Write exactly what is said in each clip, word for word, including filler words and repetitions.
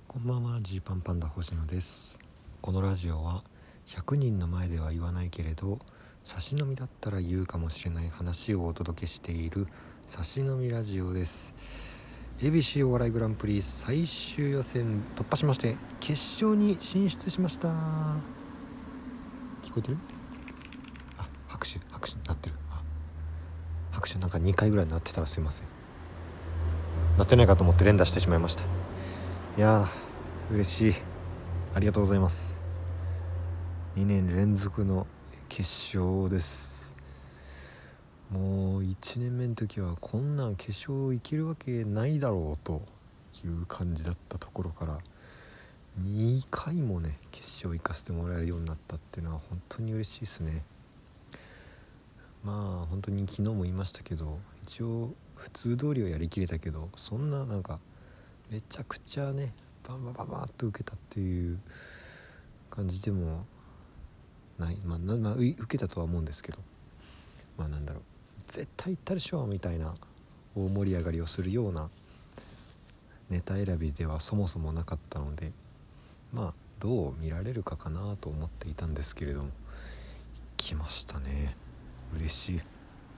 こんばんは、ジーパンパンダ星野です。このラジオはひゃくにんの前では言わないけれど差し飲みだったら言うかもしれない話をお届けしている差し飲みラジオです。 エービーシー お笑いグランプリ最終予選突破しまして決勝に進出しました。聞こえてる？あ、拍手拍手なってる。あ、拍手なんかにかいぐらい鳴ってたらすいません。鳴ってないかと思って連打してしまいました。いやー嬉しい、ありがとうございます。にねん連続の決勝です。もういちねんめの時はこんなん決勝行けるわけないだろうという感じだったところからにかいもね決勝行かせてもらえるようになったっていうのは本当に嬉しいですね。まあ本当に昨日も言いましたけど、一応普通通りはやりきれたけど、そんななんかめちゃくちゃねバンバンバンバンと受けたっていう感じでもない、まあ、まあ、受けたとは思うんですけど、まあなんだろう、絶対行ったでしょみたいな大盛り上がりをするようなネタ選びではそもそもなかったので、まあどう見られるかかなと思っていたんですけれども、来ましたね。嬉しい。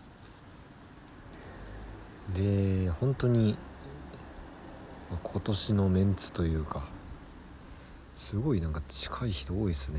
で本当に今年のメンツというかすごいなんか近い人多いですね。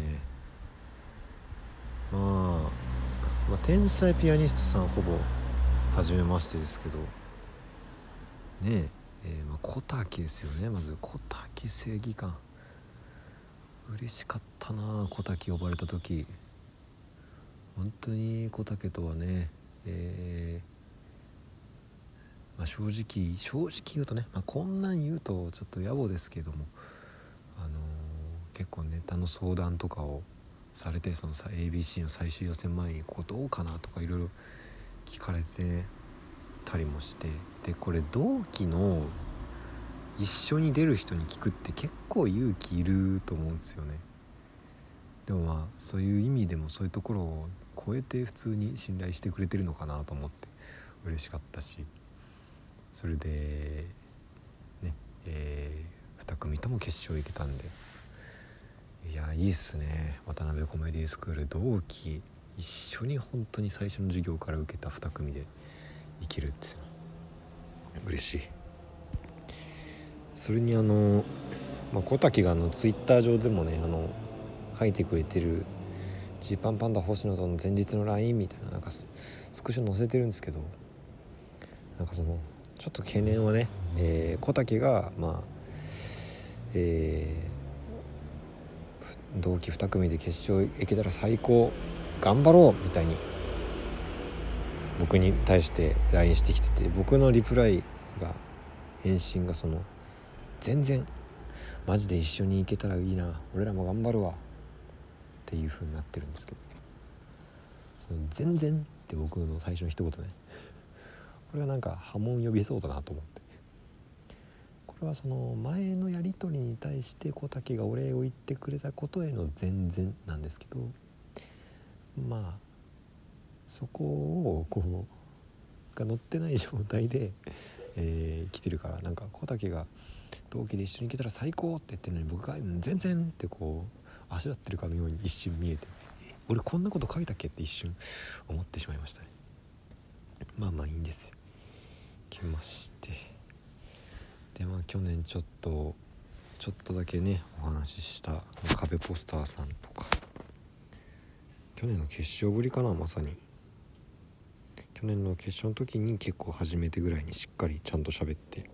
まあ、まあ、天才ピアニストさんほぼ初めましてですけどねえ、えー、まあ小竹ですよね。まず小竹正義感嬉しかったな。小竹呼ばれた時本当に小竹とはね、えーまあ、正直正直言うとね、まあ、こんなん言うとちょっと野暮ですけども、あのー、結構ネタの相談とかをされて、そのさ エービーシー の最終予選前にここどうかなとかいろいろ聞かれてたりもして、でこれ同期の一緒に出る人に聞くって結構勇気いると思うんですよね。でもまあそういう意味でもそういうところを超えて普通に信頼してくれてるのかなと思って嬉しかったし、それでね、えー、に組とも決勝行けたんで、いやいいっすね。渡辺コメディスクール同期一緒に本当に最初の授業から受けたに組でいけるって嬉しい。それにあの、まあ、小竹があのツイッター上でもねあの書いてくれてるジーパンパンダ星野との前日の ライン みたいななんかスクショ載せてるんですけど、なんかそのちょっと懸念はね、えー、小竹がまあ、えー、同期に組で決勝行けたら最高頑張ろうみたいに僕に対して ライン してきてて、僕のリプライが返信がその全然マジで一緒に行けたらいいな、俺らも頑張るわっていう風になってるんですけど、その全然って僕の最初の一言ねこれがなんか波紋呼びそうだなと思って、これはその前のやり取りに対して小竹がお礼を言ってくれたことへの全然なんですけど、まあそこをこうが乗ってない状態で、えー、来てるから、なんか小竹が同期で一緒に行けたら最高って言ってるのに僕が全然ってこうあしらってるかのように一瞬見えて、俺こんなこと書いたっけって一瞬思ってしまいましたね。まあまあいいんですよ。来まして、でまあ去年ちょっとちょっとだけねお話しした壁ポスターさんとか、去年の決勝ぶりかな、まさに去年の決勝の時に結構初めてぐらいにしっかりちゃんと喋って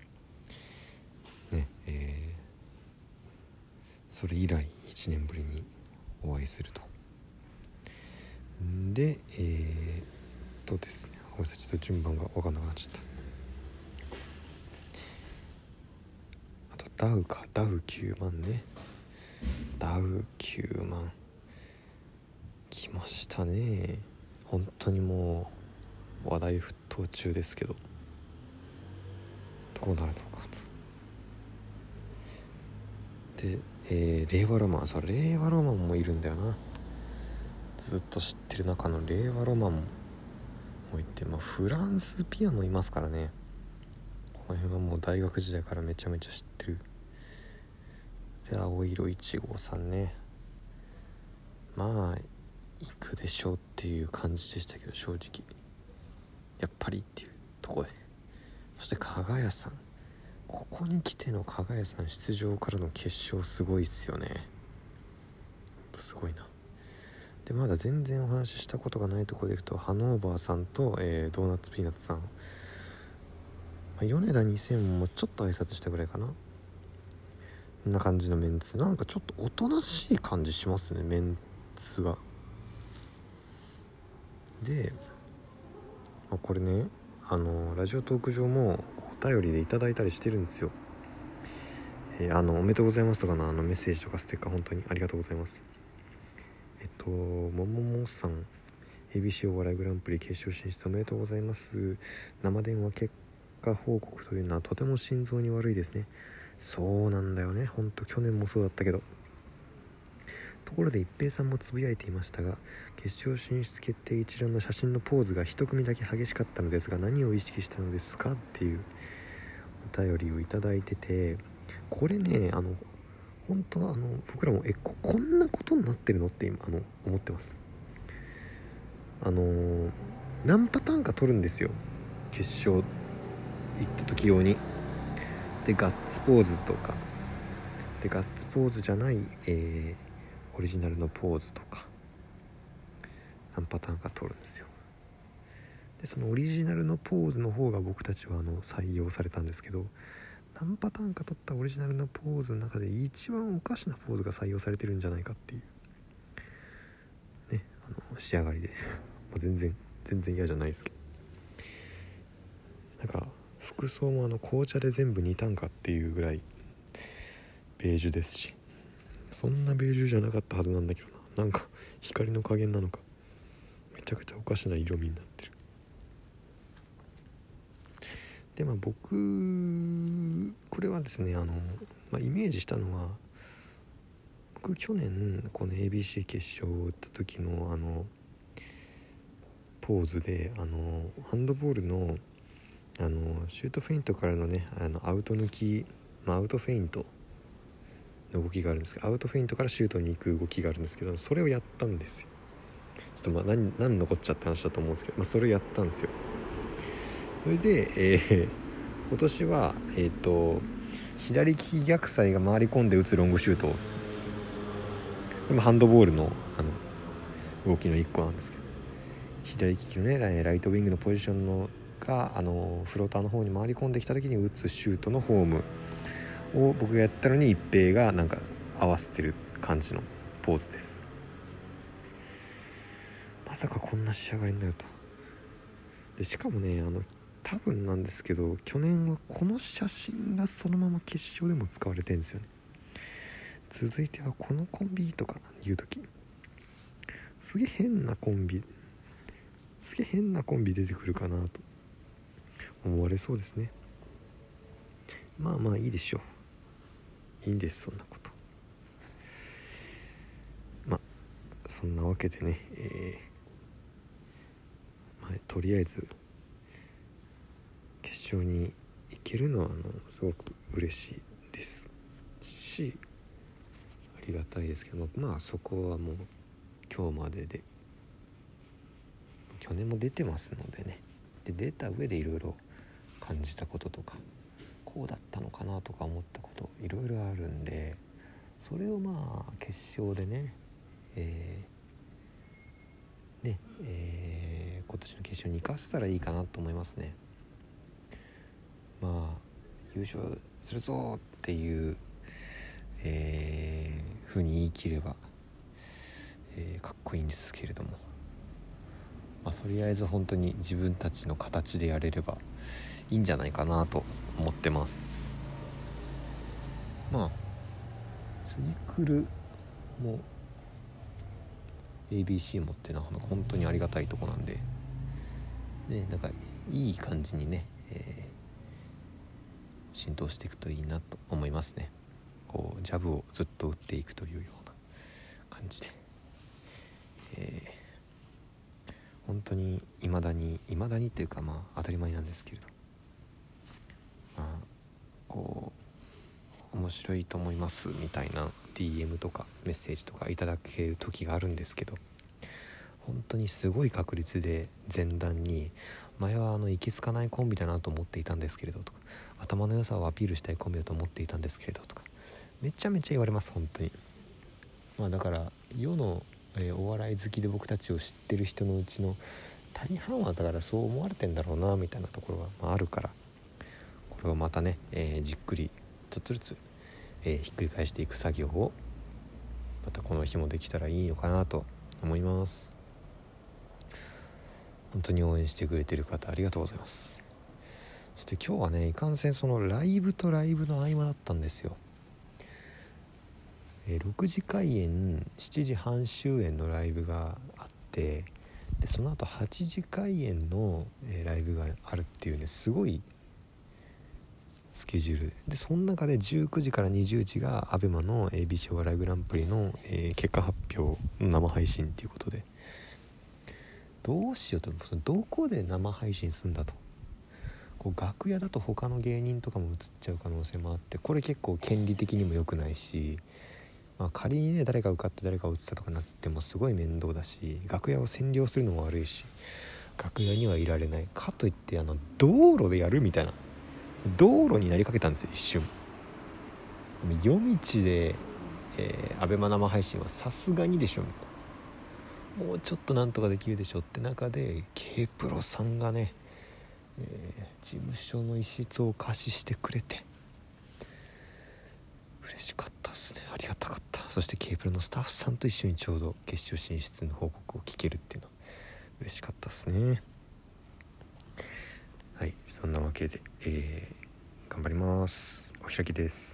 ね、えー、それ以来いちねんぶりにお会いすると。でえー、っとですねごめんなさい、ちょっと順番が分かんなくなっちゃった。あとダウか、ダウきゅうまんね、ダウきゅうまん来ましたね。本当にもう話題沸騰中ですけど、どうなるのかと。で、えー、令和ロマン、そう令和ロマンもいるんだよな。ずっと知ってる中の令和ロマンもいて、まあ、フランスピアノいますからね。この辺はもう大学時代からめちゃめちゃ知ってるで青色いちごうさんね、まあ行くでしょうっていう感じでしたけど、正直やっぱりっていうところで、そして加賀谷さん、ここに来ての加賀谷さん出場からの決勝すごいっすよね。すごいな。でまだ全然お話ししたことがないところでいくと、ハノーバーさんと、えー、ドーナツピーナッツさん、まあ、米田にせんもちょっと挨拶したぐらいかな。こんな感じのメンツ、なんかちょっとおとなしい感じしますね、メンツが。で、まあ、これね、あのラジオトーク上もお便りでいただいたりしてるんですよ。えー、あのおめでとうございますとかのあのメッセージとかステッカー本当にありがとうございます。えっともももさん、 エービーシー お笑いグランプリ決勝進出おめでとうございます。生電話結果報告というのはとても心臓に悪いですね。そうなんだよね、ほんと去年もそうだったけど。ところで一平さんもつぶやいていましたが、決勝進出決定一覧の写真のポーズが一組だけ激しかったのですが、何を意識したのですかっていうお便りをいただいてて、これね、あの本当あの僕らもえ こ, こんなことになってるのって今あの思ってます。あのー、何パターンか撮るんですよ、決勝行った時用に。でガッツポーズとかでガッツポーズじゃない、えー、オリジナルのポーズとか何パターンか撮るんですよ。でそのオリジナルのポーズの方が僕たちはあの採用されたんですけど、何パターンか撮ったオリジナルのポーズの中で一番おかしなポーズが採用されてるんじゃないかっていうね、あの仕上がりでもう全然全然嫌じゃないですけど、なんか服装もあの紅茶で全部煮たんかっていうぐらいベージュですし、そんなベージュじゃなかったはずなんだけどな、なんか光の加減なのかめちゃくちゃおかしな色味になってる。でまあ僕これはですね、あの、まあ、イメージしたのは、僕去年この エービーシー 決勝を打った時のあのポーズで、あのハンドボールのあのシュートフェイントからのね、あのアウト抜き、まあ、アウトフェイントの動きがあるんですけど、アウトフェイントからシュートに行く動きがあるんですけど、それをやったんですよ。ちょっとまあ 何, 何残っちゃった話だと思うんですけど、まあ、それをやったんですよ。それで、えー、今年は、えー、と左利き逆サイが回り込んで打つロングシュートを、これもハンドボール の, あの動きのいっこなんですけど、左利きのねライトウィングのポジションのがあのフローターの方に回り込んできた時に打つシュートのフォームを僕がやったのに一平がなんか合わせてる感じのポーズです。まさかこんな仕上がりになると。でしかもね、あの多分なんですけど、去年はこの写真がそのまま決勝でも使われてるんですよね。続いてはこのコンビとか言うとき、すげえ変なコンビすげえ変なコンビ出てくるかなと思われそうですね。まあまあいいでしょう、いいんです、そんなこと。まあそんなわけでね、えーまあ、とりあえず決勝に行けるのはあのすごく嬉しいですし、ありがたいですけど、まあそこはもう今日までで、去年も出てますのでね、で出た上でいろいろ感じたこととか、こうだったのかなとか思ったこといろいろあるんで、それをまあ決勝でね、えー、ね、えー、今年の決勝に生かせたらいいかなと思いますね。まあ優勝するぞっていう、えー、風に言い切れば、えー、かっこいいんですけれども、まあ、とりあえず本当に自分たちの形でやれればいいんじゃないかなと思ってます。まあツイクルも エービーシー もっていうのは本当にありがたいとこなんで、ね、なんかいい感じにね、えー、浸透していくといいなと思いますね。こうジャブをずっと打っていくというような感じで、えー、本当に未だに未だにというか、まあ当たり前なんですけれど、まあこ面白いと思いますみたいな ディーエム とかメッセージとかいただける時があるんですけど、本当にすごい確率で前段に前はあのいけつかないコンビだなと思っていたんですけれどとか、頭の良さをアピールしたいコンビだと思っていたんですけれどとか、めちゃめちゃ言われます本当に。まあだから世の、えーお笑い好きで僕たちを知ってる人のうちの大半はだからそう思われてんだろうなみたいなところが、まあ、あるから、これをまたね、えーじっくりちょっとずつ、えーひっくり返していく作業をまたこの日もできたらいいのかなと思います。本当に応援してくれてる方ありがとうございます。そして今日はね、いかんせんそのライブとライブの合間だったんですよ。えーろくじ開演しちじはん終演のライブがあって、でその後はちじ開演の、えーライブがあるっていうね、すごいスケジュールで、でその中でじゅうくじからにじゅうじが アベマ の エービーシー お笑いグランプリの、えー結果発表の生配信っていうことで、どうしようと、そのどこで生配信するんだと、こう楽屋だと他の芸人とかも映っちゃう可能性もあって、これ結構権利的にも良くないし、まあ、仮にね誰か受かって誰か落ちたとかなってもすごい面倒だし、楽屋を占領するのも悪いし、楽屋にはいられないかといってあの道路でやるみたいな、道路になりかけたんですよ一瞬。夜道で、えー、アベマ生配信はさすがにでしょみたいな、もうちょっとなんとかできるでしょって中で K プロさんがね、えー、事務所の一室を貸ししてくれて嬉しかったですね。ありがたかった。そして K プロのスタッフさんと一緒にちょうど決勝進出の報告を聞けるっていうのは嬉しかったですね。はい、そんなわけで、えー、頑張ります。お開きです。